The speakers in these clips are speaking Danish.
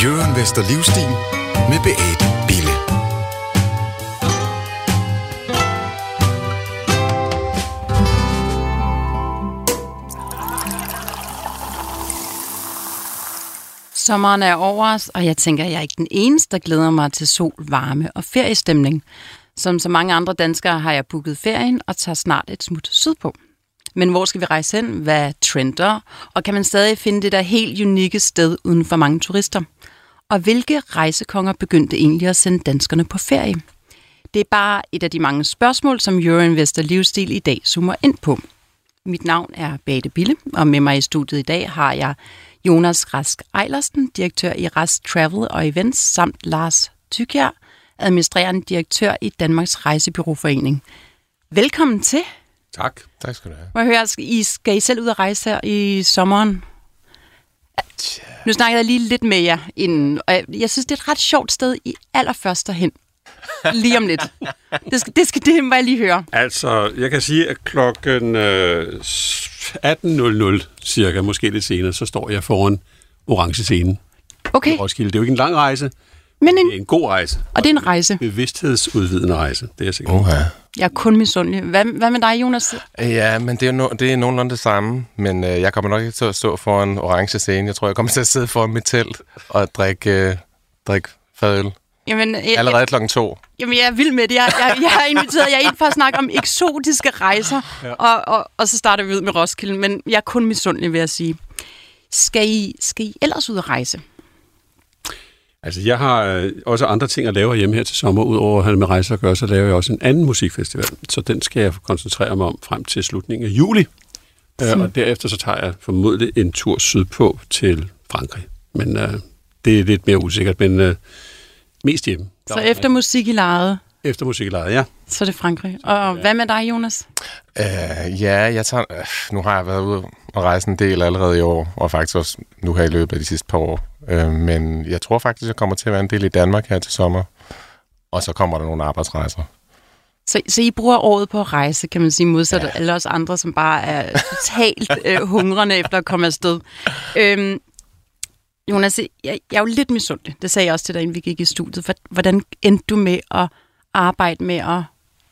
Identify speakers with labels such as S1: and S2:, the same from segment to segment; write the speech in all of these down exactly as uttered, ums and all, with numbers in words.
S1: Jørgen Vester Livsstil med Beate Bille.
S2: Sommeren er over os, og jeg tænker, at jeg er ikke den eneste, der glæder mig til sol, varme og feriestemning. Som så mange andre danskere har jeg booket ferien og tager snart et smut sydpå. Men hvor skal vi rejse hen? Hvad trender? Og kan man stadig finde det der helt unikke sted uden for mange turister? Og hvilke rejsekonger begyndte egentlig at sende danskerne på ferie? Det er bare et af de mange spørgsmål, som Euroinvestor Livsstil i dag zoomer ind på. Mit navn er Beate Bille, og med mig i studiet i dag har jeg Jonas Rask Eilersen, direktør i Rask Travel og Events, samt Lars Thykier, administrerende direktør i Danmarks Rejsebureauforening. Velkommen til.
S3: Tak. Tak skal du have.
S2: Må jeg høre, skal I, skal I selv ud at rejse her i sommeren? Tja. Nu snakker jeg lige lidt med jer inden, og jeg, jeg synes, det er et ret sjovt sted i allerførst derhen. Lige om lidt. Det skal, det skal det må jeg lige høre.
S3: Altså, jeg kan sige, at klokken øh, atten nul nul cirka, måske lidt senere, så står jeg foran orange scenen.
S2: Okay.
S3: Roskilde. Det er jo ikke en lang rejse,
S2: men en,
S3: det er en god rejse.
S2: Og det er en rejse.
S3: Bevidsthedsudvidende rejse, det er jeg sikkert.
S4: Oha.
S2: Jeg er kun misundelig. Hvad, hvad med dig, Jonas?
S4: Ja, men det er, no, det er nogenlunde det samme, men øh, jeg kommer nok ikke til at stå foran orange scene. Jeg tror, jeg kommer til at sidde foran mit telt og drikke, øh, drikke fadøl.
S2: Jamen, jeg,
S4: Allerede klokken to.
S2: Jamen, jeg er vild med det. Jeg, jeg, jeg har inviteret jer ind for at snakke om eksotiske rejser, ja. og, og, og så starter vi ud med Roskilde, men jeg er kun misundelig, vil jeg sige. Skal I, skal I ellers ud at rejse?
S3: Altså, jeg har øh, også andre ting at lave hjemme her til sommer. Udover at have med rejser at gøre, så laver jeg også en anden musikfestival. Så den skal jeg koncentrere mig om frem til slutningen af juli. Øh, og derefter så tager jeg formodentlig en tur sydpå til Frankrig. Men øh, det er lidt mere usikkert, men øh, mest hjemme.
S2: Så efter musik i lejet?
S3: Efter musik i lejet, ja.
S2: Så er det Frankrig. Og hvad med dig, Jonas?
S4: Uh, ja, jeg tager, uh, nu har jeg været ude og rejse en del allerede i år, og faktisk også nu her i løbet af de sidste par år. Uh, men jeg tror faktisk, jeg kommer til at være en del i Danmark her til sommer, og så kommer der nogle arbejdsrejser.
S2: Så, så I bruger året på at rejse, kan man sige, modsat ja. alle os andre, som bare er totalt uh, hungrende efter at komme afsted. Øhm, Jonas, jeg, jeg er jo lidt misundelig. Det sagde jeg også til dig, inden vi gik i studiet. Hvordan endte du med at arbejde med at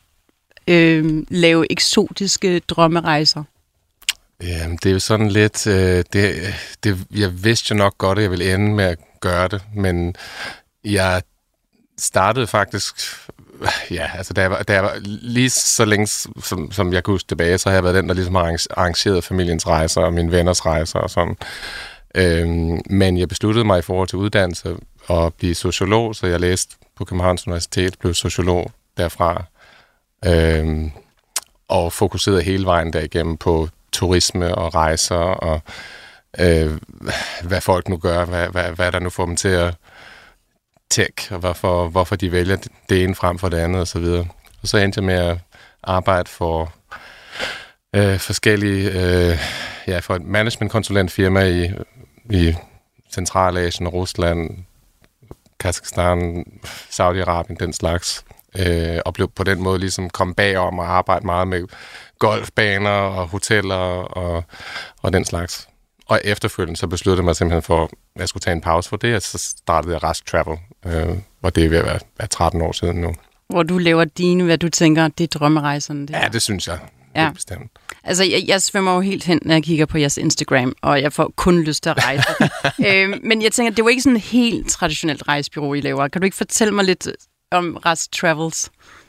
S2: øh, lave eksotiske drømmerejser?
S4: Ja, det er jo sådan lidt... Øh, det, det, jeg vidste jo nok godt, at jeg ville ende med at gøre det, men jeg startede faktisk... Ja, altså da jeg var, da jeg var lige så længe, som, som jeg kunne huske tilbage, så har jeg været den, der ligesom har arrangeret familiens rejser og mine venners rejser og sådan. Øhm, men jeg besluttede mig i forhold til uddannelse at blive sociolog, så jeg læste på Københavns Universitet, blev sociolog derfra, øhm, og fokuserede hele vejen derigennem på turisme og rejser, og øh, hvad folk nu gør, hvad, hvad, hvad der nu får dem til at tech, og hvorfor, hvorfor de vælger det ene frem for det andet, og så videre. Og så endte jeg med at arbejde for øh, forskellige, øh, ja, for et managementkonsulentfirma i i Centralasien, Rusland, Kazakhstan, Saudi-Arabien, den slags. Øh, og blev på den måde ligesom kom bagom og arbejde meget med golfbaner og hoteller og, og den slags. Og efterfølgende så besluttede jeg mig simpelthen for, at jeg skulle tage en pause for det, og så startede jeg Rask Travel, øh, og det er ved at være, være tretten år siden nu.
S2: Hvor du laver dine, hvad du tænker, det er drømmerejserne. Det
S4: ja, det synes jeg.
S2: Ja.
S4: Det bestemt.
S2: Altså, jeg, jeg svømmer jo helt hen, når jeg kigger på jeres Instagram, og jeg får kun lyst til at rejse. øh, men jeg tænker, det var ikke sådan et helt traditionelt rejsebureau, I laver. Kan du ikke fortælle mig lidt om Rask Travels?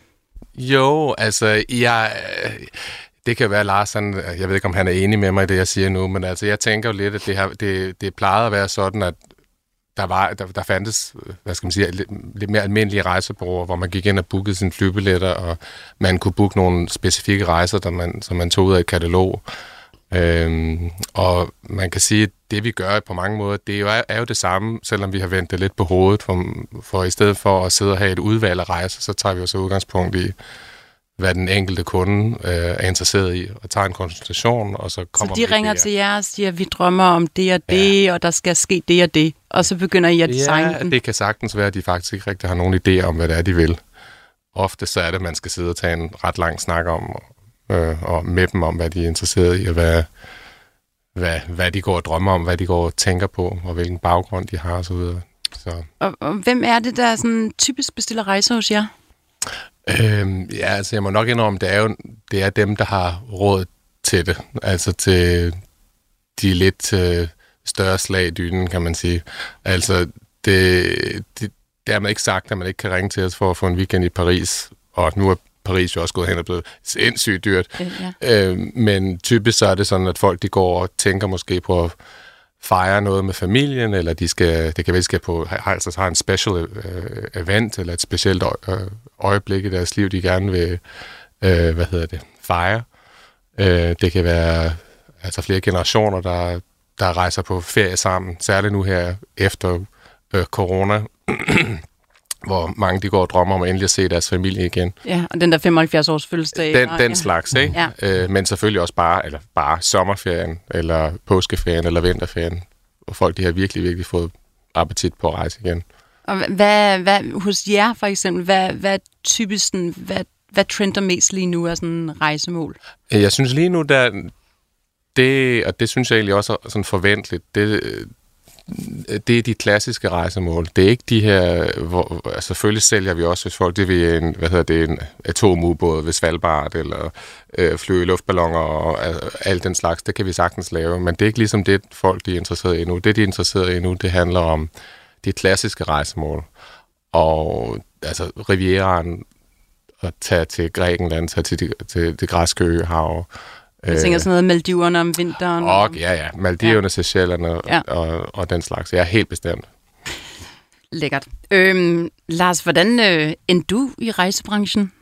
S4: Jo, altså, jeg... Det kan være, Lars, han, jeg ved ikke, om han er enig med mig i det, jeg siger nu, men altså, jeg tænker jo lidt, at det, her, det, det plejede at være sådan, at der, var, der, der fandtes, hvad skal man sige, lidt, lidt mere almindelige rejsebureauer, hvor man gik ind og bookede sine flybilletter, og man kunne booke nogle specifikke rejser, der man, som man tog ud af et katalog. Øhm, og man kan sige, at det vi gør på mange måder, det er jo, er jo det samme, selvom vi har vendt det lidt på hovedet, for, for i stedet for at sidde og have et udvalg af rejser, så tager vi jo så udgangspunkt i, hvad den enkelte kunde øh, er interesseret i, og tager en konsultation, og så kommer...
S2: Så de ringer til jer og siger, at vi drømmer om det og det, ja. og der skal ske det og det, og så begynder I at designe
S4: ja,
S2: den?
S4: det kan sagtens være, at de faktisk ikke rigtig har nogen idé om, hvad det er, de vil. Ofte så er det, at man skal sidde og tage en ret lang snak om, øh, og med dem om, hvad de er interesseret i, og hvad, hvad, hvad de går og drømmer om, hvad de går og tænker på, og hvilken baggrund de har osv. Så.
S2: Og, og hvem er det, der sådan typisk bestiller rejser hos jer?
S4: Øhm, ja, altså jeg må nok indrømme, det er jo det er dem, der har råd til det. Altså til de lidt øh, større slag i dynen, kan man sige. Altså det, det, det er man ikke sagt, at man ikke kan ringe til os for at få en weekend i Paris. Og nu er Paris jo også gået hen og blevet sindssygt dyrt. Øh, ja. øhm, men typisk så er det sådan, at folk de går og tænker måske på at fejre noget med familien, eller de skal, det kan være, de skal på, har, altså har en special øh, event, eller et specielt øje, øh, øjeblik i deres liv, de gerne vil, øh, hvad hedder det, fejre. Øh, det kan være altså flere generationer, der, der rejser på ferie sammen, særligt nu her efter øh, corona, hvor mange de går og drømmer om at endelig se deres familie igen.
S2: Ja, og den der femoghalvfjerds års fødselsdag.
S4: Den,
S2: og,
S4: den
S2: ja.
S4: slags, ikke?
S2: Ja.
S4: Øh, men selvfølgelig også bare, eller bare sommerferien, eller påskeferien, eller vinterferien, hvor folk de har virkelig, virkelig fået appetit på at rejse igen.
S2: Og hvad, hvad hos jer for eksempel, hvad, hvad typisk, sådan, hvad, hvad trender mest lige nu af sådan en rejsemål?
S4: Jeg synes lige nu, der det, og det synes jeg egentlig også er sådan forventeligt, det, det er de klassiske rejsemål. Det er ikke de her, hvor, altså selvfølgelig sælger vi også, hvis folk det vil en, hvad hedder det, en atomubåd ved Svalbard, eller øh, flyve i luftballoner og øh, alt den slags. Det kan vi sagtens lave, men det er ikke ligesom det, folk de er interesseret i nu. Det, de er interesseret i nu, det handler om de klassiske rejsemål. Og altså Rivieraen, at tage til Grækenland, tage til det, til det græske øhav.
S2: Jeg tænker sådan noget Maldiverne om vinteren.
S4: Og, ja, ja. Maldiverne, ja. Seychellerne
S2: ja.
S4: og, og den slags. Jeg er helt bestemt.
S2: Lækkert. Øhm, Lars, hvordan øh, endte du i rejsebranchen?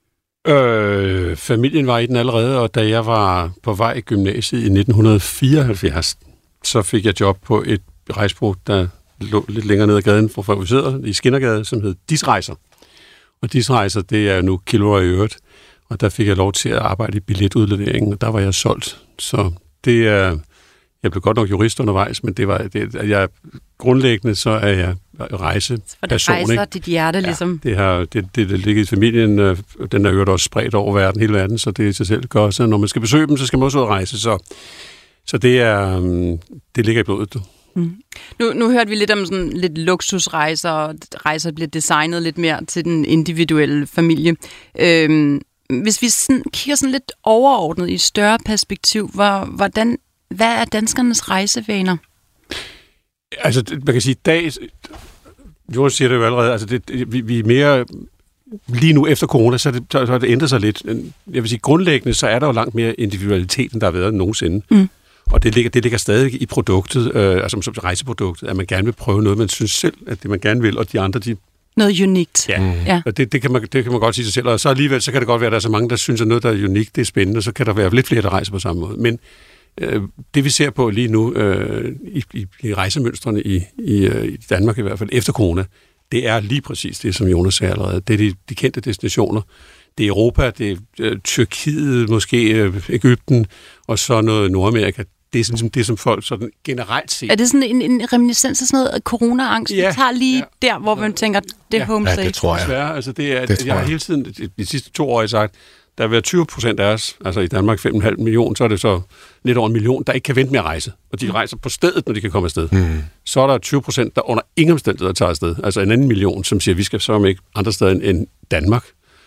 S3: Øh, familien var i den allerede, og da jeg var på vej i gymnasiet i nitten fireoghalvfjerds, så fik jeg job på et rejsebureau, der lå lidt længere ned ad gaden fra favoriseret i Skindergade, som hed Disrejser. Og Disrejser, det er nu Kilroy i øvrigt. Og der fik jeg lov til at arbejde i billetudleveringen, og der var jeg solgt. Så det er... Jeg blev godt nok jurist undervejs, men det var... Det, jeg, grundlæggende så er jeg rejseperson.
S2: For det rejser dit hjerte, ja, ligesom.
S3: Det har det, det, det ligger i familien. Den er jo også spredt over verden, hele verden, så det i sig selv gør. Så når man skal besøge dem, så skal man også ud og rejse. Så, så det er... Det ligger i blodet, du.
S2: Mm. Nu, nu hørte vi lidt om sådan lidt luksusrejser, og rejser bliver designet lidt mere til den individuelle familie. Øhm, hvis vi sådan, kigger sådan lidt overordnet i et større perspektiv, hvor, hvordan, hvad er danskernes rejsevaner?
S3: Altså, man kan sige, dag... Jonas siger det jo allerede, altså det, vi, vi er mere... Lige nu efter corona, så, det, så har det ændret sig lidt. Jeg vil sige, grundlæggende, så er der jo langt mere individualitet, end der har været nogensinde. Mm. Og det ligger, det ligger stadig i produktet, øh, altså som rejseproduktet, at man gerne vil prøve noget, man synes selv, at det man gerne vil, og de andre, de...
S2: Noget unikt.
S3: Ja, mm. ja. Og det, det, kan man, det kan man godt sige sig selv. Og så alligevel, så kan det godt være, at der er så mange, der synes, at noget, der er unikt, det er spændende, og så kan der være lidt flere, der rejser på samme måde. Men øh, det, vi ser på lige nu, øh, i, i, i rejsemønstrene i, i, i Danmark i hvert fald, efter corona, det er lige præcis det, som Jonas sagde allerede. Det er de, de kendte destinationer. Det er Europa, det er øh, Tyrkiet, måske øh, Egypten, og så noget Nordamerika. Det er sådan det, som folk sådan generelt set...
S2: Er det sådan en, en reminiscens af sådan noget corona-angst? Ja, vi tager lige ja. der, hvor man tænker, det er ja. home safe.
S4: Ja, det tror jeg.
S3: Desværre, altså det er, det jeg, jeg har hele tiden, de sidste to år, jeg sagt, der vil være tyve procent af os, altså i Danmark fem komma fem millioner, så er det så lidt over en million, der ikke kan vente med at rejse. Og de mm. rejser på stedet, når de kan komme afsted. Mm. Så er der tyve procent, der under ingen omstændigheder tager afsted. Altså en anden million, som siger, vi skal så ikke andre steder end Danmark.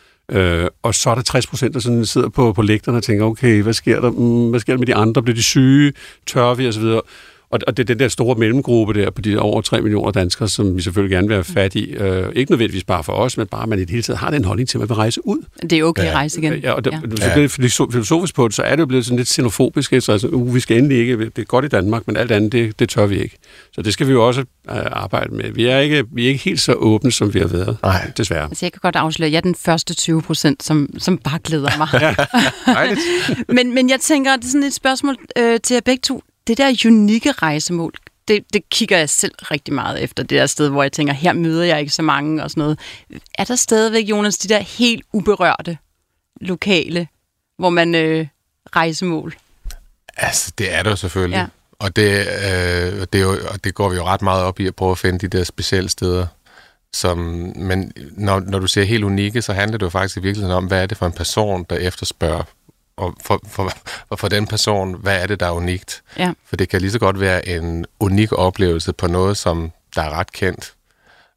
S3: Øh, og så er der tres procent, der sådan sidder på, på lægterne og tænker, okay, hvad sker der? Mm, hvad sker der med de andre? Bliver de syge? Tør vi? Og så videre. Og, og det er den der store mellemgruppe der på de over tre millioner danskere, som vi selvfølgelig gerne vil have fat i. Øh, ikke nødvendigvis bare for os, men bare, at man i det hele taget har den holdning til, at man vil rejse ud.
S2: Det er okay at rejse igen.
S3: Ja, og der, ja. Hvis du bliver filosofisk på det, så er det jo blevet sådan lidt xenofobisk. Så altså, uh, vi skal endelig ikke, det er godt i Danmark, men alt andet, det, det tør vi ikke. Så det skal vi jo også uh, arbejde med. Vi er, ikke, vi er ikke helt så åbne, som vi har været,
S4: Nej.
S3: desværre.
S2: Altså, jeg kan godt afsløre, at jeg er den første tyve procent, som, som bare glæder mig. Ja. men, men jeg tænker, det er sådan et spørgsmål øh, til jer begge to. Det der unikke rejsemål, Det, det kigger jeg selv rigtig meget efter, det der sted, hvor jeg tænker, her møder jeg ikke så mange og sådan noget. Er der stadigvæk, Jonas, de der helt uberørte lokale, hvor man øh, rejsemål?
S4: Altså, det er der jo selvfølgelig.
S2: Ja.
S4: Og, det, øh, det er jo, og det går vi jo ret meget op i at prøve at finde de der specielle steder. Som, men når, når du siger helt unikke, så handler det jo faktisk i virkeligheden om, hvad er det for en person, der efterspørger. Og for, for, for, for den person, hvad er det, der er unikt?
S2: Ja.
S4: For det kan lige så godt være en unik oplevelse på noget, som der er ret kendt.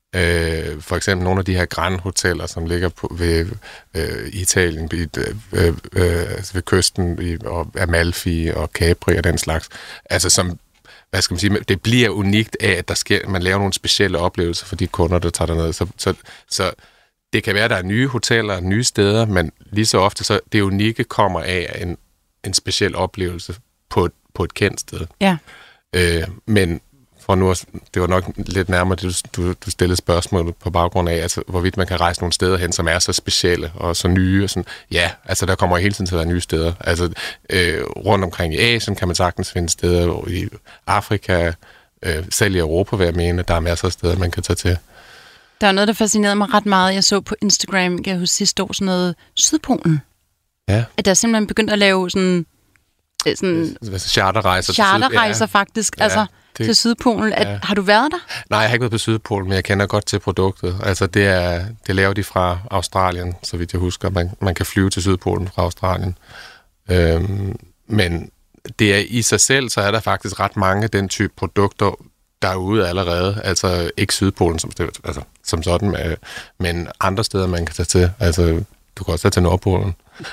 S4: Øh, for eksempel nogle af de her Grand Hoteller, som ligger på, ved øh, Italien, ved, øh, øh, altså ved kysten, i, og Amalfi og Capri og den slags. Altså som, hvad skal man sige, det bliver unikt af, at der sker, man laver nogle specielle oplevelser for de kunder, der tager derned. Så, så, så det kan være, at der er nye hoteller, nye steder, men lige så ofte, så det unikke kommer af en, en speciel oplevelse på et, på et kendt sted.
S2: Ja.
S4: Øh, men for nu, det var nok lidt nærmere, det du, du stillede spørgsmål på baggrund af, altså, hvorvidt man kan rejse nogle steder hen, som er så specielle og så nye. Og sådan. Ja, altså der kommer hele tiden til at være nye steder. Altså øh, rundt omkring i Asien kan man sagtens finde steder, i Afrika, øh, selv i Europa vil jeg mene, der er masser af steder, man kan tage til.
S2: Der er noget, der fascinerede mig ret meget. Jeg så på Instagram, kan jeg huske sidste år, sådan noget Sydpolen.
S4: Ja.
S2: At der simpelthen begyndt at lave sådan... sådan
S4: charterrejser.
S2: Charterrejser ja. faktisk, ja, altså det, til Sydpolen. At, ja. Har du været der?
S4: Nej, jeg har ikke været på Sydpolen, men jeg kender godt til produktet. Altså det, er, det laver de fra Australien, så vidt jeg husker. Man, man kan flyve til Sydpolen fra Australien. Øhm, men det er i sig selv, så er der faktisk ret mange af den type produkter derude allerede. Altså ikke Sydpolen som, altså, som sådan, men andre steder, man kan tage til. Altså du kan også tage til Nordpolen.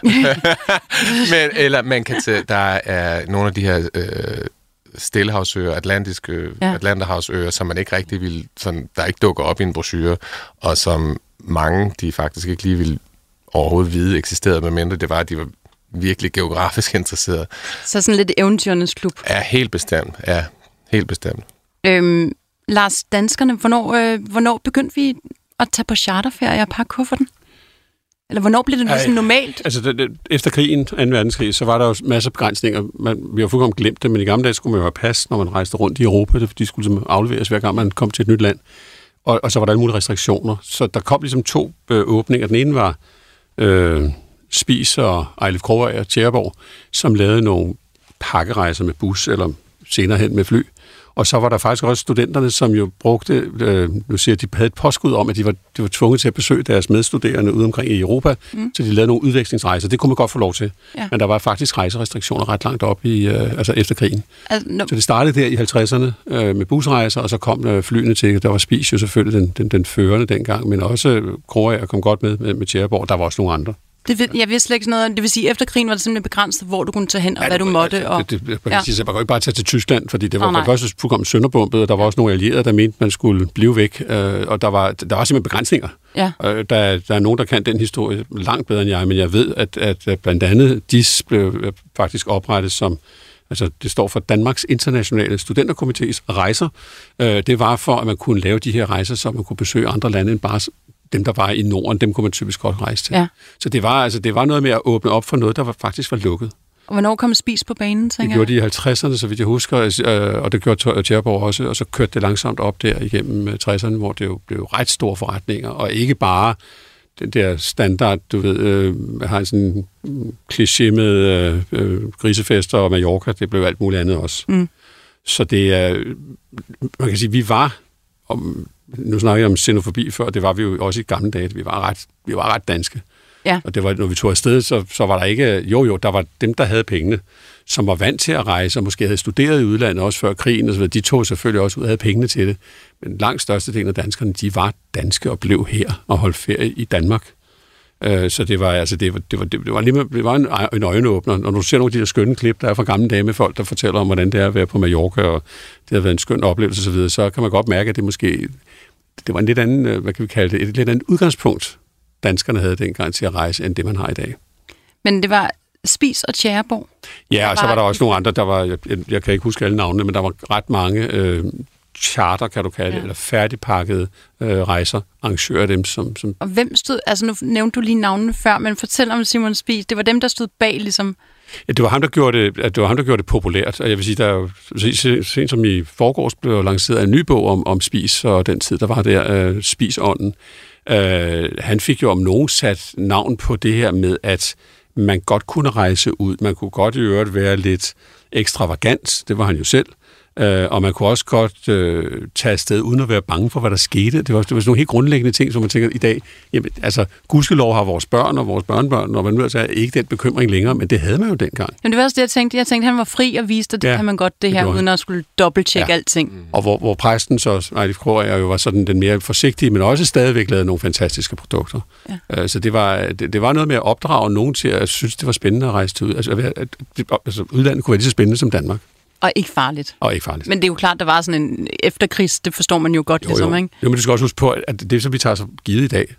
S4: Men, eller man kan tage, der er nogle af de her øh, Stillehavsøer, atlantiske ja. Atlanterhavsøer, som man ikke rigtig vil, sådan, der ikke dukker op i en brochure, og som mange, de faktisk ikke lige vil overhovedet vide eksisterede, medmindre det var, at de var virkelig geografisk interesserede.
S2: Så sådan lidt eventyrenes klub.
S4: Ja, helt bestemt. Ja, helt bestemt.
S2: Øhm, Lars, danskerne, hvornår, øh, hvornår begyndte vi at tage på charterferie og pakke kufferten? Eller hvornår blev det ligesom normalt?
S3: Altså, det, det, efter krigen, anden verdenskrig, så var der jo masser af begrænsninger. Man, vi har fuldkommen glemt det, men i gamle dage skulle man jo have pas, når man rejste rundt i Europa. Det, de skulle ligesom afleveres, hver gang man kom til et nyt land. Og, og så var der alle mulige restriktioner. Så der kom ligesom to øh, åbninger. Den ene var øh, Spies og Ejlef Krogager og Tjæreborg, som lavede nogle pakkerejser med bus, eller senere hen med fly. Og så var der faktisk også studenterne, som jo brugte, øh, nu siger de havde et påskud om, at de var, de var tvunget til at besøge deres medstuderende ude omkring i Europa, mm. så de lavede nogle udvekslingsrejser. Det kunne man godt få lov til. Ja. Men der var faktisk rejserestriktioner ret langt op i, øh, altså efter krigen. Altså, no. Så det startede der i halvtredserne øh, med busrejser, og så kom øh, flyene til. Der var Spies jo selvfølgelig den, den, den førende dengang, men også Krogager kom godt med med, med Tjæreborg. Der var også nogle andre.
S2: Det ved, jeg vidste slet ikke noget. Det vil sige, at efter krigen var det simpelthen begrænset, hvor du kunne tage hen, og ja, hvad du måtte. Og...
S3: Det, det, man kan ja. sige, at man kan ikke bare tage til Tyskland, fordi det var oh, først fuldkommen sønderbombet, og der var også nogle allierede, der mente, man skulle blive væk, øh, og der var, der var simpelthen begrænsninger. Ja. Øh, der, der er nogen, der kan den historie langt bedre end jeg, men jeg ved, at, at blandt andet D I S blev faktisk oprettet som, altså det står for Danmarks Internationale Studenterkomités rejser. Øh, det var for, at man kunne lave de her rejser, så man kunne besøge andre lande end bare dem, der var i Norden, dem kunne man typisk godt rejse til. Ja. Så det var, altså, det var noget med at åbne op for noget, der var, faktisk var lukket.
S2: Og hvornår kom Spies på banen, tænker jeg?
S3: Det gjorde de i halvtredserne, så vidt jeg husker, og det gjorde Tjæreborg også, og så kørte det langsomt op der igennem tresserne, hvor det jo blev ret store forretninger, og ikke bare den der standard, du ved, øh, har sådan en kliché med øh, øh, grisefester og Mallorca, det blev alt muligt andet også. Mm. Så det er, man kan sige, vi var... Om, nu snakker jeg om xenofobi før, det var vi jo også i gamle dage, vi var ret, vi var ret danske. Ja. Og det var, når vi tog afsted, så, så var der ikke, jo jo, der var dem, der havde pengene, som var vant til at rejse, og måske havde studeret i udlandet også før krigen, og så videre. De tog selvfølgelig også ud og havde pengene til det. Men langt størstedelen af danskerne, de var danske og blev her og holdt ferie i Danmark. Så det var, altså, det var, det var, det var, lige, det var en, en øjenåbner. Når du ser nogle af de der skønne klip, der er fra gamle dage med folk, der fortæller om, hvordan det er at være på Mallorca, og det har været en skøn oplevelse osv., så, videre, så kan man godt mærke, at det måske, det var en lidt anden, hvad kan vi kalde det, et lidt andet udgangspunkt, danskerne havde dengang til at rejse, end det man har i dag.
S2: Men det var Spies og Tjæreborg?
S3: Ja, og så var der også nogle andre, der var, jeg, jeg kan ikke huske alle navnene, men der var ret mange øh, charter, kan du kalde det, ja. eller færdigpakkede øh, rejser, arrangører af dem. Som, som... Og hvem stod, altså nu nævnte du lige navnene før, men fortæl om Simon Spies, det var dem, der stod bag ligesom... Ja, det var ham, der gjorde det, det, var ham, der gjorde det populært, og jeg vil sige, der er jo, sent som i forgårs blev lanceret en ny bog om, om Spies, og den tid, der var der, øh, Spies-ånden. Øh, han fik jo om nogen sat navn på det her med, at man godt kunne rejse ud, man kunne godt i øvrigt være lidt ekstravagant, det var han jo selv, Øh, og man kunne også godt øh, tage afsted uden at være bange for, hvad der skete. Det var, det var sådan nogle helt grundlæggende ting, som man tænker i dag. Jamen, altså, gudskelov har vores børn og vores børnebørn, og man nu altså ikke den bekymring længere, men det havde man jo dengang.
S2: Men det var også det, jeg tænkte. Jeg tænkte, han var fri og viste, at det ja, kan man godt det her, det uden at skulle dobbelttjekke ja. alting. Mm.
S3: Og hvor, hvor præsten så, Ejlif Kroager, jo var sådan den mere forsigtige, men også stadigvæk lavede nogle fantastiske produkter. Ja. Øh, så det var, det, det var noget med at opdrage nogen til at synes, det var spændende at rejse til ud. Altså, at, at, altså udlandet kunne være lige så spændende som Danmark.
S2: Og ikke farligt.
S3: Og ikke farligt.
S2: Men det er jo klart, der var sådan en efterkrigs, det forstår man jo godt, jo, ligesom,
S3: jo.
S2: ikke?
S3: Jo, men du skal også huske på, at det, som vi tager så givet i dag,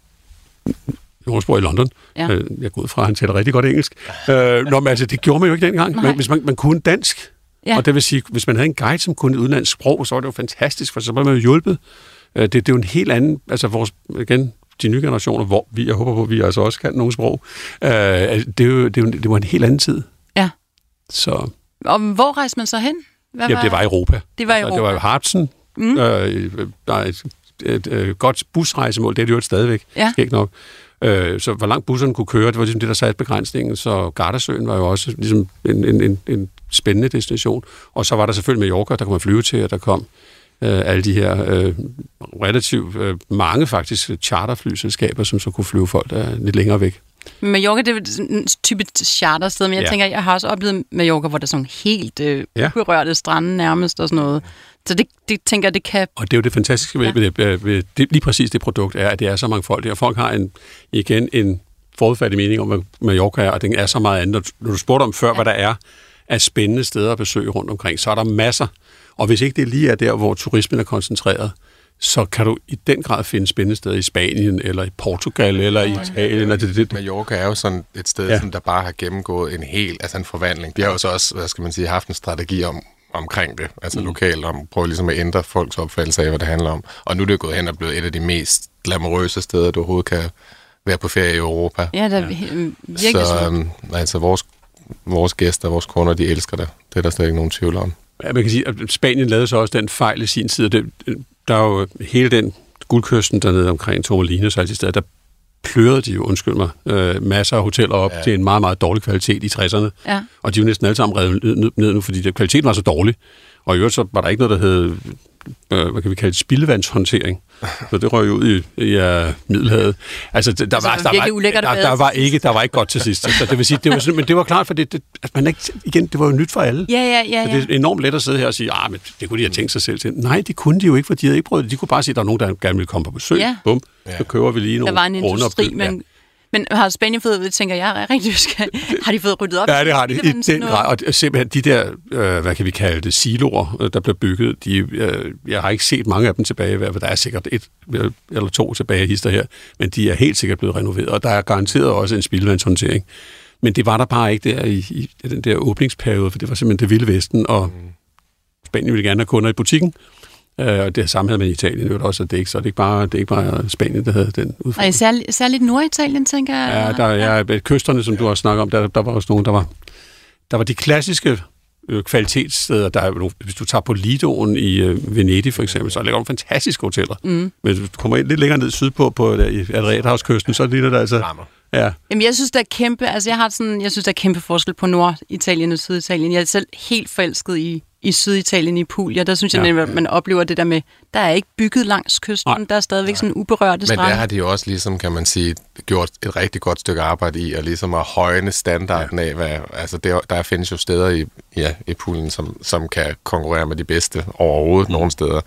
S3: Jonas bor i London, ja. øh, jeg går ud fra, at han taler rigtig godt engelsk. Øh, nå, men altså, det gjorde man jo ikke dengang. Man, hvis man, man kunne dansk, ja. og det vil sige, hvis man havde en guide, som kunne et udenlandsk sprog, så var det jo fantastisk, for så blev man jo hjulpet. Øh, det, det er jo en helt anden, altså vores, igen, de nye generationer, hvor vi, jeg håber på, at vi altså også kan nogle sprog, øh, det, er jo, det, er jo, det var en helt anden tid.
S2: Ja.
S3: Så...
S2: Og hvor rejste man så hen? Hvad
S3: Jamen, det var Europa.
S2: Det var
S3: altså,
S2: Europa.
S3: Det var jo Harzen. Mm. Øh, der er et, et, et, et godt busrejsemål. Det er det jo stadigvæk. Ja. Skægt nok. Øh, så hvor langt busserne kunne køre, det var ligesom det, der satte begrænsningen. Så Gardasøen var jo også ligesom en, en, en, en spændende destination. Og så var der selvfølgelig Mallorca, der kunne man flyve til, og der kom øh, alle de her øh, relativt øh, mange faktisk charterflyselskaber, som så kunne flyve folk der lidt længere væk.
S2: Mallorca, det er en type chartersted, men jeg ja. tænker, jeg har også oplevet Mallorca, hvor der er sådan helt øh, ja. uberørte strande nærmest og sådan noget. Så det, det tænker jeg, det kan... Og det er jo det fantastiske ved, ja. ved, ved, ved det, lige præcis det produkt, er, at det er så mange folk. Og folk har en, igen en forudfattig mening om, hvad Mallorca er, og den er så meget andet. Når du spurgte om før, ja. hvad der er af spændende steder at besøge rundt omkring, så er der masser. Og hvis ikke det lige er der, hvor turismen er koncentreret, så kan du i den grad finde spændende steder i Spanien, eller i Portugal, eller i Italien. Eller det, det.
S4: Mallorca er jo sådan et sted, ja. som der bare har gennemgået en hel, altså en forvandling. De har jo så også, hvad skal man sige, haft en strategi om, omkring det, altså mm. lokalt, om prøve ligesom at ændre folks opfattelse af, hvad det handler om. Og nu er det gået hen og blevet et af de mest glamourøse steder, du overhovedet kan være på ferie i Europa.
S2: Ja, det er virkelig
S4: så um, altså vores, vores gæster, vores kunder, de elsker det. Det er der slet ikke nogen tvivl om.
S3: Ja, man kan sige, at Spanien lavede så også den fejl i sin tid. Det, der er jo hele den guldkysten dernede omkring Torremolinos og alle de steder, der plørede de jo, undskyld mig, øh, masser af hoteller op ja. til en meget, meget dårlig kvalitet i tresserne. Ja. Og de er jo næsten alle sammen revet ned, ned nu, fordi det, kvaliteten var så dårlig. Og i øvrigt så var der ikke noget, der hed, øh, hvad kan vi kalde det, spildevandshåndtering. Så det røg ud i, i uh, Middelhavet. Altså, der, der, var, der, var, der, der, var ikke, der var ikke godt til sidst. Så det vil sige, det var sådan, men det var klart, for det, det, at man ikke, igen, det var jo nyt for alle.
S2: Ja, ja, ja, ja.
S3: Så det er enormt let at sidde her og sige, ah, men det kunne de have tænkt sig selv til. Nej, det kunne de jo ikke, for de havde ikke prøvet det. De kunne bare sige, at der er nogen, der gerne ville komme på besøg. Ja. Bum, så køber vi lige nogle
S2: der var en industri, men... Men har Spanien fået, det tænker jeg, er rigtig skal, har de fået ryddet op?
S3: Ja, det har de i den grad. Og simpelthen de der, øh, hvad kan vi kalde det, siloer, der blev bygget, de, øh, jeg har ikke set mange af dem tilbage, for der er sikkert et eller to tilbage hister her, men de er helt sikkert blevet renoveret, og der er garanteret også en spildevandshåndtering. Men det var der bare ikke der i, i den der åbningsperiode, for det var simpelthen det vilde vesten, og Spanien ville gerne have kunder i butikken. Uh, og det samme havde man i Italien jo også, at det ikke, så det er ikke bare, det er ikke bare Spanien, der havde den udfordring.
S2: Og særligt, særligt Norditalien, tænker jeg.
S3: Ja, der er ja, kysterne, som du også snakker om, der, der var også nogen, der var, der var de klassiske øh, kvalitetssteder. Der er jo, hvis du tager på Lidoen i øh, Venedig for eksempel, så er der nogle fantastiske hoteller. Mm. Men hvis du kommer ind lidt længere ned sydpå på der, i Adriaterhavskysten, så ligner der altså...
S2: Ja. Jamen, jeg synes, der er kæmpe, altså jeg har sådan, jeg synes, der er kæmpe forskel på Norditalien og Syditalien. Jeg er selv helt forelsket i i Syditalien, i Puglia, der synes jeg, ja. at man oplever det der med, der er ikke bygget langs kysten, nej, der er stadigvæk nej. sådan uberørte strande.
S4: Men der har de jo også ligesom, kan man sige, gjort et rigtig godt stykke arbejde i, og ligesom at højne standarden ja. af, hvad, altså der, der findes jo steder i, ja, i Puglia, som, som kan konkurrere med de bedste overhovedet mm. nogle steder.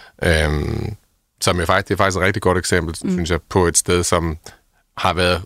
S4: Øhm, som er faktisk, det er faktisk et rigtig godt eksempel, mm. synes jeg, på et sted, som har været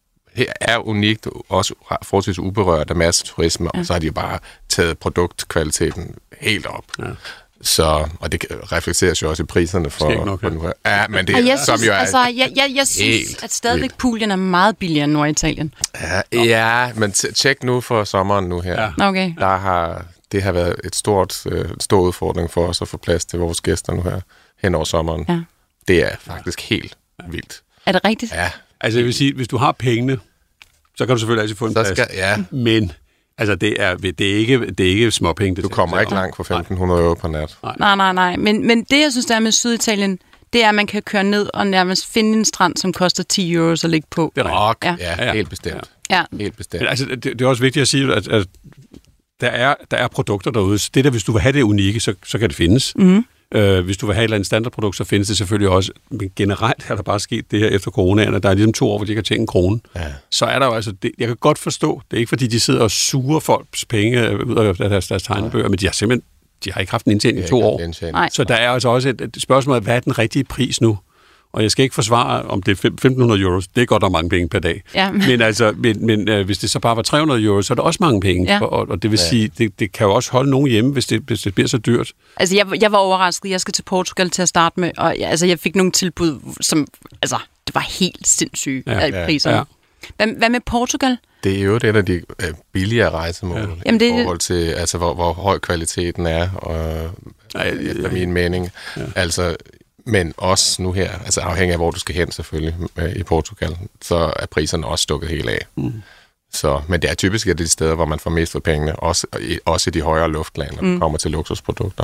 S4: er unikt, også forholdsvis uberørt af masseturisme, ja. og så har de jo bare taget produktkvaliteten helt op. Ja. Så, og det reflekteres jo også i priserne for...
S3: Nok,
S4: ja. for ja, men det
S2: ja, jeg
S4: som
S2: synes,
S4: jo er
S2: altså, jeg, jeg, jeg synes, at stadigvæk Puglia er meget billigere end Norditalien.
S4: Ja, ja, men t- tjek nu for sommeren nu her.
S2: Ja. Okay.
S4: Der har, det har været et stort, øh, stor udfordring for os at få plads til vores gæster nu her hen over sommeren. Ja. Det er faktisk helt vildt.
S2: Er det rigtigt?
S4: Ja.
S3: Altså jeg vil sige, hvis du har pengene, så kan du selvfølgelig altid få en
S4: så
S3: plads.
S4: Skal, ja.
S3: Men altså, det er, det er ikke, det er ikke småpenge. Det
S4: du kommer ikke langt for femten hundrede euro per nat.
S2: Nej, nej, nej. Men, men det, jeg synes, der er med Syditalien, det er, at man kan køre ned og nærmest finde en strand, som koster ti euro at ligge på.
S4: Det er ja. Ja, ja, helt bestemt.
S2: Ja.
S4: Helt bestemt.
S3: Men altså, det, det er også vigtigt at sige, at, at der er, der er produkter derude. Så det der, hvis du vil have det unikke, så, så kan det findes. Mm. Øh, hvis du vil have et eller andet standardprodukt, så findes det selvfølgelig også. Men generelt er der bare sket det her efter coronaen, og der er ligesom to år, hvor de ikke har tjent en krone. Ja. Så er der jo altså, det, jeg kan godt forstå, det er ikke fordi, de sidder og suger folks penge ud af deres, deres tegnebøger, ja. Men de har simpelthen de har ikke haft en indtjening i to år. Så der er altså også et, et spørgsmål, hvad er den rigtige pris nu? Og jeg skal ikke forsvare, om det er femten hundrede euro. Det er godt nok mange penge per dag. Ja. Men, altså, men, men øh, hvis det så bare var tre hundrede euro, så er det også mange penge. Ja. Og, og det vil ja. sige, det, det kan jo også holde nogen hjemme, hvis det, hvis det bliver så dyrt.
S2: Altså, jeg, jeg var overrasket. Jeg skal til Portugal til at starte med, og jeg, altså, jeg fik nogle tilbud, som altså, det var helt sindssyge ja. af priserne. Ja. Hvad, hvad med Portugal?
S4: Det er jo et af de øh, billigere rejsemål ja. Jamen, det... i forhold til, altså, hvor, hvor høj kvaliteten er, og efter min mening. Ja. Altså, men også nu her, altså afhængig af, hvor du skal hen selvfølgelig øh, i Portugal, så er priserne også stukket helt af. Mm. Så, men det er typisk at det de steder, hvor man får mest for pengene, også, også i de højere luftlag, når mm. det kommer til luksusprodukter.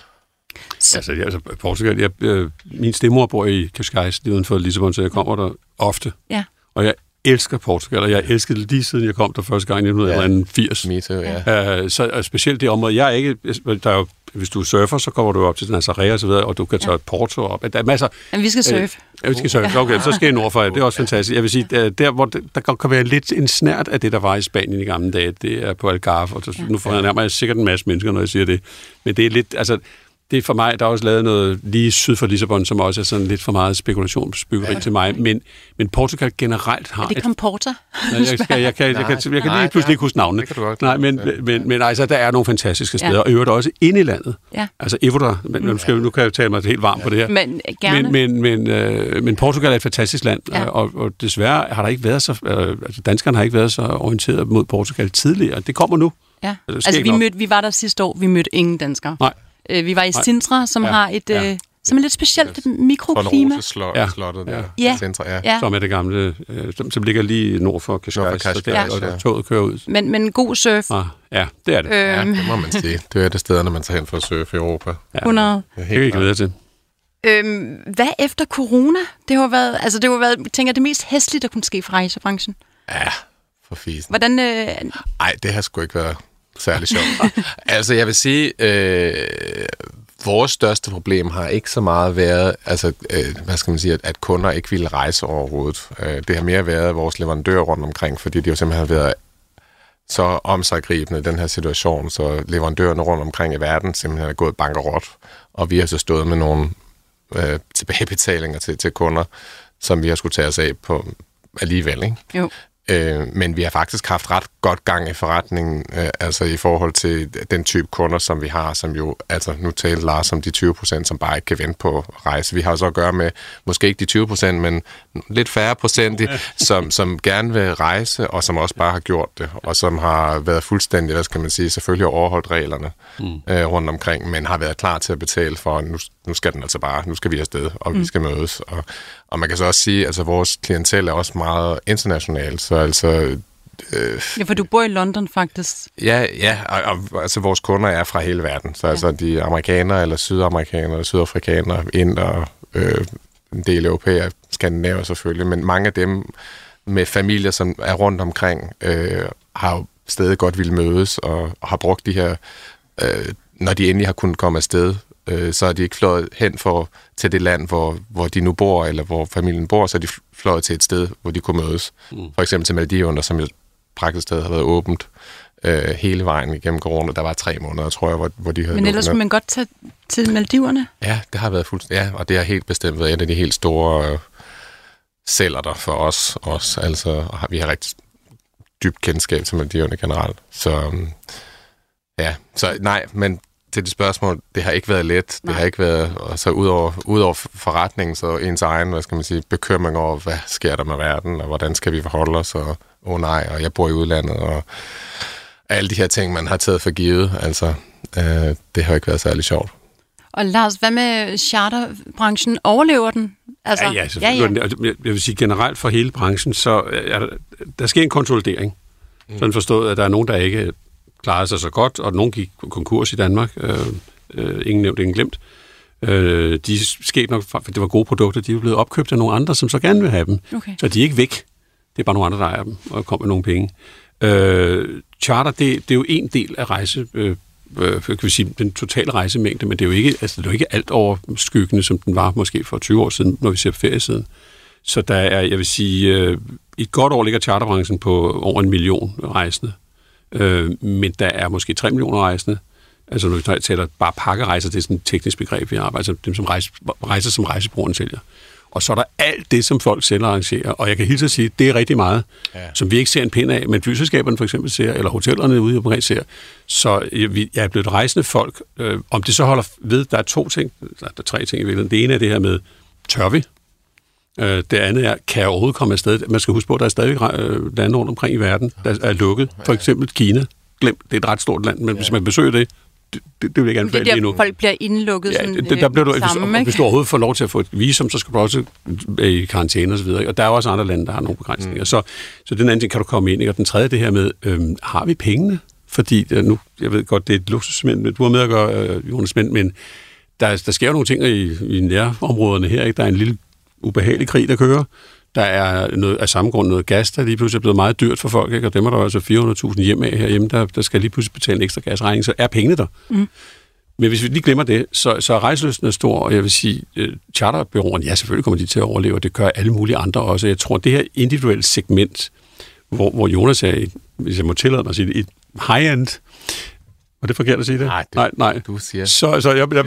S3: Så. Altså, altså Portugal, jeg, øh, min stemmor bor i Cascais, lige uden for Lissabon, så jeg kommer der ofte. Ja. Og jeg elsker Portugal, og jeg elskede det lige siden jeg kom der første gang i nitten firs.
S4: Ja, me too, ja.
S3: Uh, så og specielt det område, jeg er ikke, der er jo, hvis du surfer, så kommer du op til Nazaré og så videre, og du kan tage ja. Porto op. Der er masser.
S2: Men vi skal surfe.
S3: Uh, ja, vi skal surfe. Okay, så skal jeg nord for det. Det er også fantastisk. Jeg vil sige, der hvor det, der kan være lidt en snært af det, der var i Spanien i gamle dage, det er på Algarve, og så, nu får jeg nærmere sikkert en masse mennesker, når jeg siger det. Men det er lidt, altså, det er for mig, der er også lavet noget lige syd for Lissabon, som også er sådan lidt for meget spekulationsbyggeri ja. til mig. Men, men Portugal generelt har...
S2: Er det Comporta?
S3: Nej, jeg, skal, jeg, kan, jeg, kan, jeg kan lige pludselig ikke huske navnene. Nej, men, men, men altså, der er nogle fantastiske steder, ja. og øvrigt også inde i landet. Ja. Altså Évora, men, nu, skal, nu kan jeg tale mig helt varmt ja. på det her.
S2: Men gerne.
S3: Men, men, men, øh, men Portugal er et fantastisk land, ja. og, og desværre har der ikke været så... Øh, altså danskerne har ikke været så orienteret mod Portugal tidligere. Det kommer nu.
S2: Ja. Altså, altså vi, mødte, vi var der sidste år, vi mødte ingen danskere. Nej. Vi var i Sintra, som ja, har et ja. øh, som er lidt specielt ja. mikroklima.
S4: Ja. Slottet der.
S2: Ja.
S4: Sintra, ja.
S3: ja. Som er det gamle, øh, som, som ligger lige nord for Cascais, og, der, ja. og der toget kører ud.
S2: Men, men god surf.
S3: Ah, ja, det er det.
S4: Øhm. Ja, det må man sige. Det er det steder, når man tager hen for at surfe i Europa.
S2: Ja. hundrede.
S3: Det kan jeg glæde til.
S2: Øhm, hvad efter corona? Det har været, altså det har været, jeg tænker, det mest hæslige, der kunne ske for rejsebranchen.
S4: Ja, for fisen.
S2: Hvordan? Øh...
S4: Ej, det har sgu ikke været særlig sjovt. Altså, jeg vil sige, øh, vores største problem har ikke så meget været, altså, øh, hvad skal man sige, at, at kunder ikke ville rejse overhovedet. Øh, det har mere været vores leverandører rundt omkring, fordi de jo simpelthen har været så omsaggribende i den her situation, så leverandørerne rundt omkring i verden simpelthen er gået bankerot, og vi har så stået med nogle øh, tilbagebetalinger til, til kunder, som vi har skulle tage os af på alligevel, ikke? Jo. Øh, men vi har faktisk haft ret godt gang i forretningen, øh, altså i forhold til den type kunder, som vi har, som jo, altså nu talte Lars om de tyve procent, som bare ikke kan vente på rejse. Vi har så at gøre med, måske ikke de tyve procent, men lidt færre procent, som, som gerne vil rejse, og som også bare har gjort det, og som har været fuldstændig, hvad skal man sige, selvfølgelig overholdt reglerne mm. øh, rundt omkring, men har været klar til at betale for, nu, nu skal den altså bare, nu skal vi afsted, og mm. vi skal mødes. Og, og man kan så også sige, at altså, vores klientel er også meget international, så altså...
S2: Øh, ja, for du bor i London faktisk.
S4: Ja, ja og, og altså, vores kunder er fra hele verden, så ja. altså de amerikanere, eller sydamerikanere, eller sydafrikanere, inder, øh, en del europæer, skandinaver selvfølgelig, men mange af dem med familier, som er rundt omkring, øh, har jo stadig godt ville mødes, og, og har brugt de her, øh, når de endelig har kunnet komme afsted, øh, så er de ikke fløjet hen for, til det land, hvor, hvor de nu bor, eller hvor familien bor, så er de fløjet til et sted, hvor de kunne mødes. Mm. For eksempel til Maldiverne, som jo praktisk stadig har været åbent øh, hele vejen igennem corona. Der var tre måneder, tror jeg, hvor, hvor de havde...
S2: Men ellers skulle man godt tage til Maldiverne?
S4: Ja, det har været fuldstændig... Ja, og det har helt bestemt været et af de helt store øh, sælger der for os også. Altså, vi har rigtig dybt kendskab til Maldiverne generelt. Så øh, ja, så nej, men til det spørgsmål, det har ikke været let. Nej. Det har ikke været, altså udover, udover forretningen, så ens egen, hvad skal man sige, bekymring over, hvad sker der med verden, og hvordan skal vi forholde os, og åh oh nej, og jeg bor i udlandet, og alle de her ting, man har taget for givet, altså, øh, det har ikke været særlig sjovt.
S2: Og Lars, hvad med charterbranchen? Overlever den?
S3: Altså, ja, ja, selvfølgelig. Ja, ja. Jeg vil sige generelt for hele branchen, så er der, der sker en konsolidering. Mm. Sådan forstået, at der er nogen, der ikke klarede sig så godt, og nogen gik konkurs i Danmark. Øh, øh, ingen nævnt, ingen glemt. Øh, de skete nok, for det var gode produkter, de er blevet opkøbt af nogle andre, som så gerne vil have dem. Okay. Så de er ikke væk. Det er bare nogle andre, der ejer dem, og kommer med nogle penge. Øh, charter, det, det er jo en del af rejse, øh, øh, kan vi sige, den totale rejsemængde, men det er jo ikke, altså, det er jo ikke alt overskyggende, som den var måske for tyve år siden, når vi ser på feriesiden. Så der er, jeg vil sige, øh, i et godt år ligger charterbranchen på over en million rejsende, øh, men der er måske tre millioner rejsende. Altså når vi taler bare pakkerejser, det er sådan et teknisk begreb, vi arbejder, altså dem som rejse, rejser, som rejsebrugeren sælger. Og så er der alt det, som folk selv arrangerer. Og jeg kan hilse at sige, det er rigtig meget, ja. Som vi ikke ser en pind af, men flyselskaberne for eksempel ser, eller hotellerne ude i Paris ser. Så jeg er blevet rejsende folk. Øh, om det så holder ved, der er to ting, der er tre ting i virkeligheden. Det ene er det her med, tør vi? Øh, det andet er, kan jeg overhovedet komme afsted? Man skal huske på, at der er stadig øh, lande rundt omkring i verden, der er lukket. For eksempel Kina. Glem, det er et ret stort land, men ja. Hvis man besøger det, Det, det, det vil jeg gerne
S2: det er der, folk bliver indlukket
S3: ja,
S2: sådan,
S3: det, der bliver du,
S2: sammen,
S3: hvis, hvis du overhovedet får lov til at få et visum, så skal du også i karantæne og så videre. Og der er også andre lande, der har nogle begrænsninger. Mm. Så, så den anden ting kan du komme ind i. Og den tredje, det her med, øhm, har vi pengene? Fordi nu, jeg ved godt, det er et luksusmænd, du har med at gøre, øh, Jonas, men, men der, der sker jo nogle ting i, i nærområderne her. Ikke? Der er en lille ubehagelig krig, der kører. Der er noget, af samme grund noget gas, der lige pludselig er blevet meget dyrt for folk, ikke? Og dem er der altså fire hundrede tusind hjem af herhjemme, der, der skal lige pludselig betale en ekstra gasregning, så er pengene der. Mm. Men hvis vi lige glemmer det, så, så er rejseløsten er stor, og jeg vil sige, uh, charterbyråerne, ja, selvfølgelig kommer de til at overleve, og det gør alle mulige andre også. Jeg tror, det her individuelle segment, hvor, hvor Jonas er, i, hvis jeg må tillade mig at sige det, et high-end. Var det forkert at sige det?
S4: Nej, det,
S3: nej, nej.
S4: Du siger.
S3: Så, så jeg, jeg,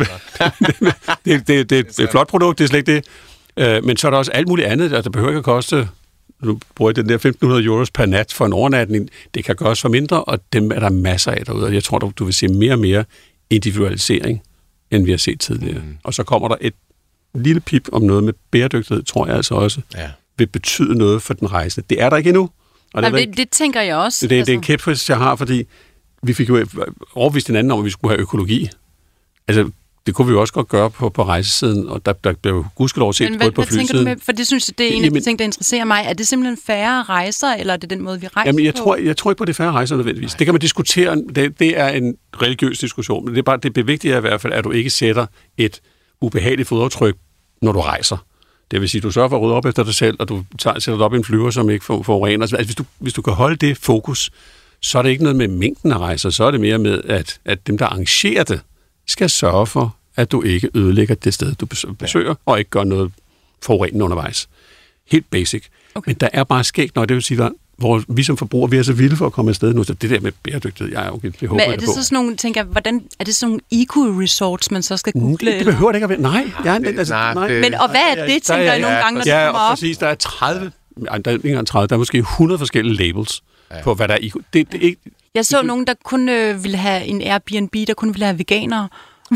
S3: det, det, det, det er et flot produkt, det er slet ikke det. Men så er der også alt muligt andet, der behøver ikke at koste, nu bruger jeg den der femten hundrede euros per nat for en overnatning, det kan gøres for mindre, og dem er der masser af derude, og jeg tror, du vil se mere og mere individualisering, end vi har set tidligere. Mm. Og så kommer der et lille pip om noget med bæredygtighed, tror jeg altså også, ja. Vil betyde noget for den rejsende. Det er der ikke endnu. Og det,
S2: Jamen, det, det tænker jeg også.
S3: Det, det, altså. Det er en kæphest, jeg har, fordi vi fik jo overbevist hinanden om, at vi skulle have økologi. Altså, det kunne vi jo også godt gøre på, på rejsesiden, og der, der blev gudskelov set
S2: Men
S3: både
S2: hvad,
S3: på flysiden.
S2: Hvad tænker du med? For det synes jeg, det er en af de ting, der interesserer mig. Er det simpelthen færre rejser, eller er det den måde, vi rejser
S3: Jamen, jeg
S2: på?
S3: tror, jeg tror ikke på, det er færre rejser nødvendigvis. Nej. Det kan man diskutere. Det, det er en religiøs diskussion, men det er bare det vigtige er i hvert fald, at du ikke sætter et ubehageligt fodaftryk, når du rejser. Det vil sige, at du sørger for at rydde op efter dig selv, og du tager, sætter dig op i en flyver, som ikke forurener. Altså, hvis du, hvis du kan holde det fokus, så er det ikke noget med mængden af rejser, så er det mere med, at, at dem, der arrangerer det, skal sørge for, at du ikke ødelægger det sted, du besøger, ja. Og ikke gør noget forurenende undervejs. Helt basic. Okay. Men der er bare skægt, når det vil sige, der, hvor vi som forbrugere, vi er så vilde for at komme afsted nu, så det der med bæredygtighed, jeg er okay, det håber
S2: Men er
S3: jeg
S2: det
S3: på.
S2: så sådan nogle, tænker jeg, hvordan, er det sådan nogle eco-resorts, man så skal google?
S3: Det, det behøver det ikke at være. Nej. Ja,
S4: det,
S3: altså,
S4: nej,
S3: nej.
S4: Det,
S2: Men og hvad er det, tænker jeg nogle gange, når
S3: ja,
S2: det kommer
S3: og
S2: op?
S3: præcis, der er tredive, nej, der er ikke engang tredive, der er måske hundrede forskellige labels ja. På, hvad der er eco. Det, det er ikke...
S2: Jeg så nogen, der kun øh, ville have en Airbnb, der kun ville have veganere.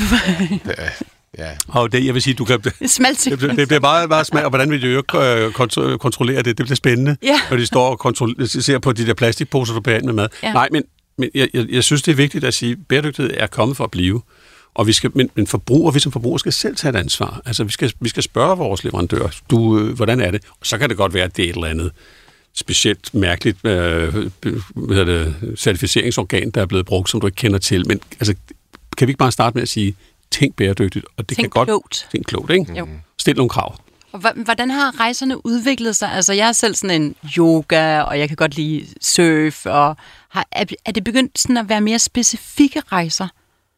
S3: Ja. Og det, jeg vil sige, du kan...
S2: Det, det,
S3: det bliver meget, meget smalt, og hvordan vil du jo kontro- kontrollere det? Det bliver spændende, ja. Når de står og kontrol- ser på de der plastikposer, du bærer med mad. Ja. Nej, men, men jeg, jeg, jeg synes, det er vigtigt at sige, at bæredygtighed er kommet for at blive. Og vi skal, men, men forbruger, vi som forbrugere skal selv tage et ansvar. Altså, vi skal, vi skal spørge vores leverandør, du, øh, hvordan er det? Og så kan det godt være, at det er et eller andet specielt mærkeligt øh, hvad hedder det, certificeringsorgan, der er blevet brugt, som du ikke kender til. Men altså, kan vi ikke bare starte med at sige, tænk bæredygtigt, og det
S2: tænk
S3: kan
S2: klogt.
S3: godt tænk klogt, ikke?
S2: Jo.
S3: Stil nogle krav.
S2: Og hvordan har rejserne udviklet sig? Altså, jeg er selv sådan en yoga, og jeg kan godt lide surf, og har, er, er det begyndt sådan at være mere specifikke rejser?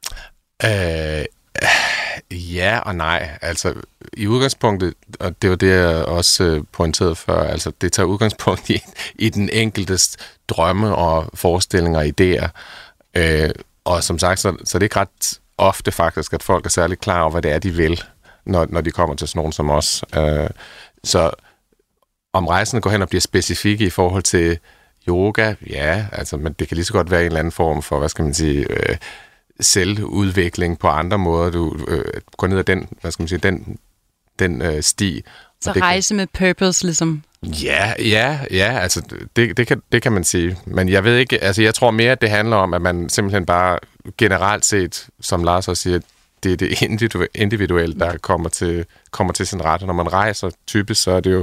S4: Øh, ja og nej. Altså, i udgangspunktet, og det var det, jeg også pointerede før, altså, det tager udgangspunkt i, i den enkeltes drømme og forestillinger og idéer. Øh, og som sagt, så, så det er ikke ret ofte faktisk, at folk er særlig klar over, hvad det er, de vil, når, når de kommer til sådan nogen som os. Øh, så om rejserne går hen og bliver specifikke i forhold til yoga, ja, altså, men det kan lige så godt være en eller anden form for, hvad skal man sige, øh, selvudvikling på andre måder. Du øh, går ned ad den, hvad skal man sige, den, den øh, sti.
S2: Så rejse kan... med purpose, ligesom?
S4: Ja, ja, ja, altså det, det, kan, det kan man sige. Men jeg ved ikke, altså jeg tror mere, at det handler om, at man simpelthen bare generelt set, som Lars også siger, det er det individuelle, der kommer til, kommer til sin ret. Og når man rejser typisk, så er det jo,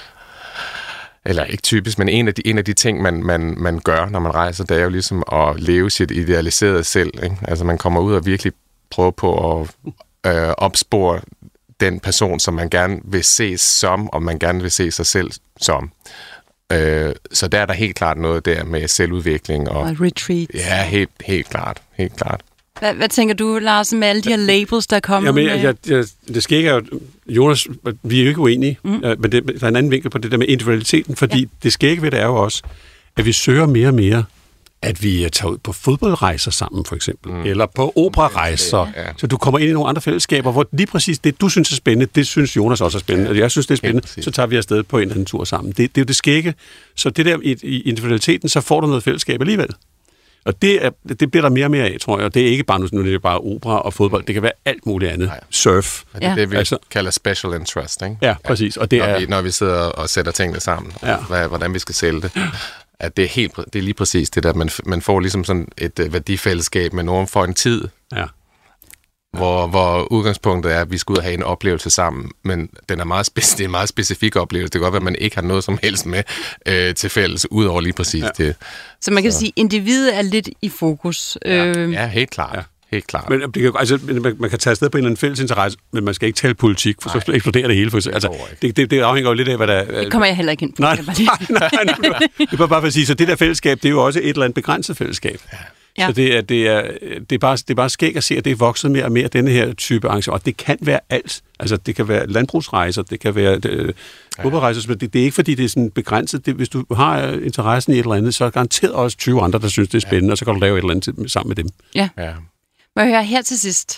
S4: eller ikke typisk, men en af de, en af de ting, man, man, man gør, når man rejser, det er jo ligesom at leve sit idealiserede selv. Ikke? Altså man kommer ud og virkelig prøver på at øh, opspore den person, som man gerne vil ses som, og man gerne vil se sig selv som. Øh, så der er der helt klart noget der med selvudvikling. Og,
S2: og retreat.
S4: Ja, helt, helt klart. Helt klart.
S2: Hvad, hvad tænker du, Lars, med alle de her labels, der er kommet?
S3: Jamen,
S2: med?
S3: jeg, jeg, det skal ikke, Jonas, vi er jo ikke uenige, mm. men det, der er en anden vinkel på det der med individualiteten, fordi ja. det skægge ved det er jo også, at vi søger mere og mere, at vi tager ud på fodboldrejser sammen, for eksempel, mm. eller på operarejser, ja. så du kommer ind i nogle andre fællesskaber, hvor lige præcis det, du synes er spændende, det synes Jonas også er spændende, og jeg synes, det er spændende, ja, så tager vi afsted på en eller anden tur sammen. Det, det er jo det skægge, så det der i, i individualiteten, så får du noget fællesskab alligevel. Og det, er, det bliver der mere og mere af, tror jeg. Og det er ikke bare nu, nu er det bare opera og fodbold. Det kan være alt muligt andet. Nej. Surf.
S4: Ja, det er det, vi altså, kalder special interest, ikke?
S3: Ja, præcis. Og det
S4: når,
S3: er,
S4: vi, når vi sidder og sætter tingene sammen, ja. hvad, hvordan vi skal sælge det. At det er, helt, det er lige præcis det der, man, man får ligesom sådan et uh, værdifællesskab med nogen for en tid. Ja. Hvor, hvor udgangspunktet er, at vi skal ud og have en oplevelse sammen, men den er meget speci- det er en meget specifik oplevelse. Det kan godt være, at man ikke har noget som helst med øh, til fælles, ud over lige præcis ja. det.
S2: Så man kan så. sige, at individet er lidt i fokus.
S4: Ja, øh... ja helt klart. Ja. Helt klart.
S3: Men, det kan, altså, man, man kan tage afsted på en eller anden fælles interesse, men man skal ikke tale politik, for nej. så eksploderer det hele. For, altså, det, det, det afhænger jo lidt af, hvad der...
S2: Det kommer jeg heller ikke ind på.
S3: Nej, nej, nej, nej, det er bare for at sige, så det der fællesskab, det er jo også et eller andet begrænset fællesskab. Ja. Ja. Så det er, det, er, det, er bare, det er bare skæg at se, at det er vokset mere og mere, denne her type arrangement. Og det kan være alt. Altså, det kan være landbrugsrejser, det kan være fodboldrejser. Det, det er ikke, fordi det er sådan begrænset. Det, hvis du har interessen i et eller andet, så er der garanteret også tyve andre, der synes, det er spændende, ja. og så kan du lave et eller andet sammen med dem.
S2: Ja. ja. Må jeg høre her til sidst.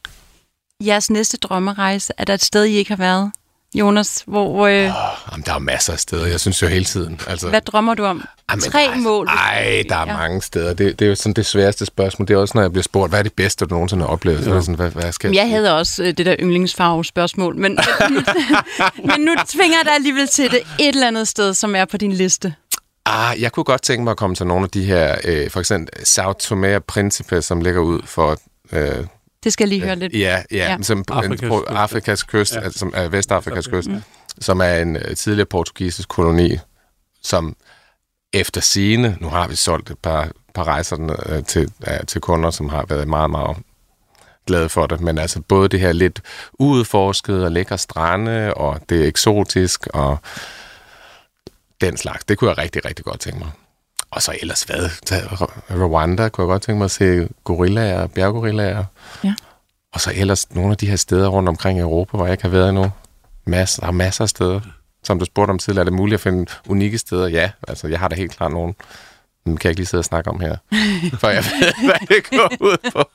S2: Jeres næste drømmerejse, er der et sted, I ikke har været? Jonas, hvor... Øh... Oh,
S4: jamen, der er masser af steder, jeg synes jo hele tiden. Altså...
S2: Hvad drømmer du om? Jamen, Tre
S4: der,
S2: mål?
S4: Nej, der er ja. mange steder. Det, det er jo sådan det sværeste spørgsmål. Det er også, når jeg bliver spurgt, hvad er det bedste, du nogensinde har oplevet? Ja. Så er sådan, hvad, hvad skal
S2: jeg havde også det der yndlingsfarve-spørgsmål, men, men nu tvinger jeg dig alligevel til det et eller andet sted, som er på din liste.
S4: Ah, jeg kunne godt tænke mig at komme til nogle af de her, øh, for eksempel Sao Tomé og Príncipe, som ligger ud for... Øh,
S2: det skal jeg lige høre lidt.
S4: Ja, ja, ja. Som Afrikas, en, Afrikas kyst, ja. altså, som er Vestafrikas kyst, ja. som er en uh, tidligere portugisisk koloni, som efter sigende, nu har vi solgt et par, par rejser uh, til, uh, til kunder, som har været meget, meget glade for det, men altså både det her lidt udforskede og lækre strande, og det er eksotisk, og den slags, det kunne jeg rigtig, rigtig godt tænke mig. Og så ellers hvad? Rwanda kunne jeg godt tænke mig at se gorillaer, bjerggorillaer. Ja. Og så ellers nogle af de her steder rundt omkring i Europa, hvor jeg ikke har været endnu. Masser, der er masser af steder. Som du spurgte om tidligere, er det muligt at finde unikke steder? Ja, altså jeg har da helt klart nogen. Men kan jeg ikke lige sidde og snakke om her. For jeg ved, hvad det går ud på.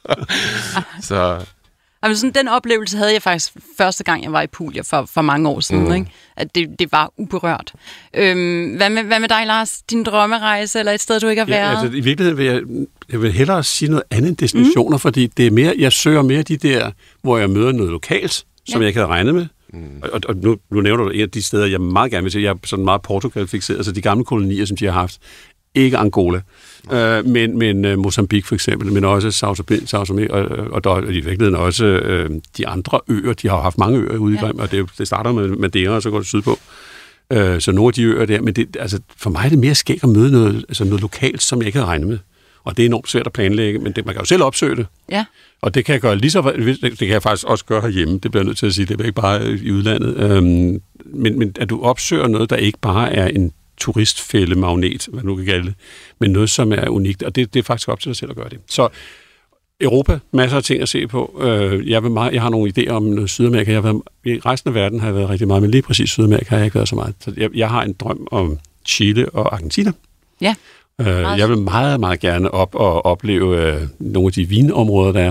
S4: Så...
S2: Altså, sådan, den oplevelse havde jeg faktisk første gang, jeg var i Puglia for, for mange år siden. Mm. Ikke? At det, det var uberørt. Øhm, hvad, med, hvad med dig, Lars? Din drømmerejse eller et sted, du ikke har været?
S3: Ja, altså, i virkeligheden vil jeg, jeg vil hellere sige noget andet end destinationer, mm. fordi det er mere, jeg søger mere de der, hvor jeg møder noget lokalt, som ja. jeg ikke havde regnet med. Mm. Og, og nu, nu nævner du et af de steder, jeg meget gerne vil til. Jeg er sådan meget Portugal-fikseret, altså de gamle kolonier, som de har haft. Ikke Angola, øh, men, men uh, Mozambique for eksempel, men også Sao Tomé, og, og der er i virkeligheden også øh, de andre øer. De har haft mange øer ude i Grim, ja. og det, det starter med Madeira, og så går det sydpå. Øh, så nogle af de øer der, men det, altså, for mig er det mere skægt at møde noget, altså noget lokalt, som jeg ikke havde regnet med. Og det er enormt svært at planlægge, men det, man kan jo selv opsøge det. Ja. Og det kan jeg gøre lige så, det kan jeg faktisk også gøre herhjemme, det bliver jeg nødt til at sige, det er ikke bare i udlandet. Øhm, men, men at du opsøger noget, der ikke bare er en turistfællemagnet, hvad du kan kalde det, men noget, som er unikt, og det, det er faktisk op til dig selv at gøre det. Så Europa, masser af ting at se på. Jeg, vil meget, jeg har nogle idéer om noget Sydamerika. Jeg har været, i resten af verden har jeg været rigtig meget, men lige præcis Sydamerika har jeg ikke været så meget. Så jeg, jeg har en drøm om Chile og Argentina. Ja. Jeg vil meget, meget gerne op og opleve nogle af de vinområder, der er.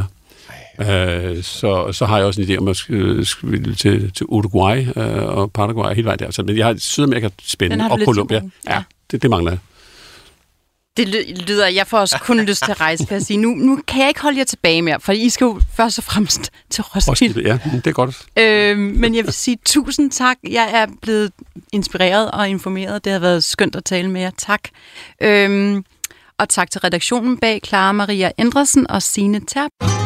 S3: Uh, så, så har jeg også en idé om at skulle til, til Uruguay uh, og Paraguay hele vejen der. Så, men jeg har Sydamerika spændende og Colombia. Ja, ja. Det, det mangler jeg.
S2: Det lyder, jeg får også kun lyst til at rejse, kan jeg sige. Nu, nu kan jeg ikke holde jer tilbage mere, for I skal jo først og fremmest til Roskilde. Roskilde,
S3: ja, det er godt.
S2: Uh, men jeg vil sige tusind tak. Jeg er blevet inspireret og informeret. Det har været skønt at tale med jer. Tak. Uh, og tak til redaktionen bag, Clara Maria Endresen og Signe Terp.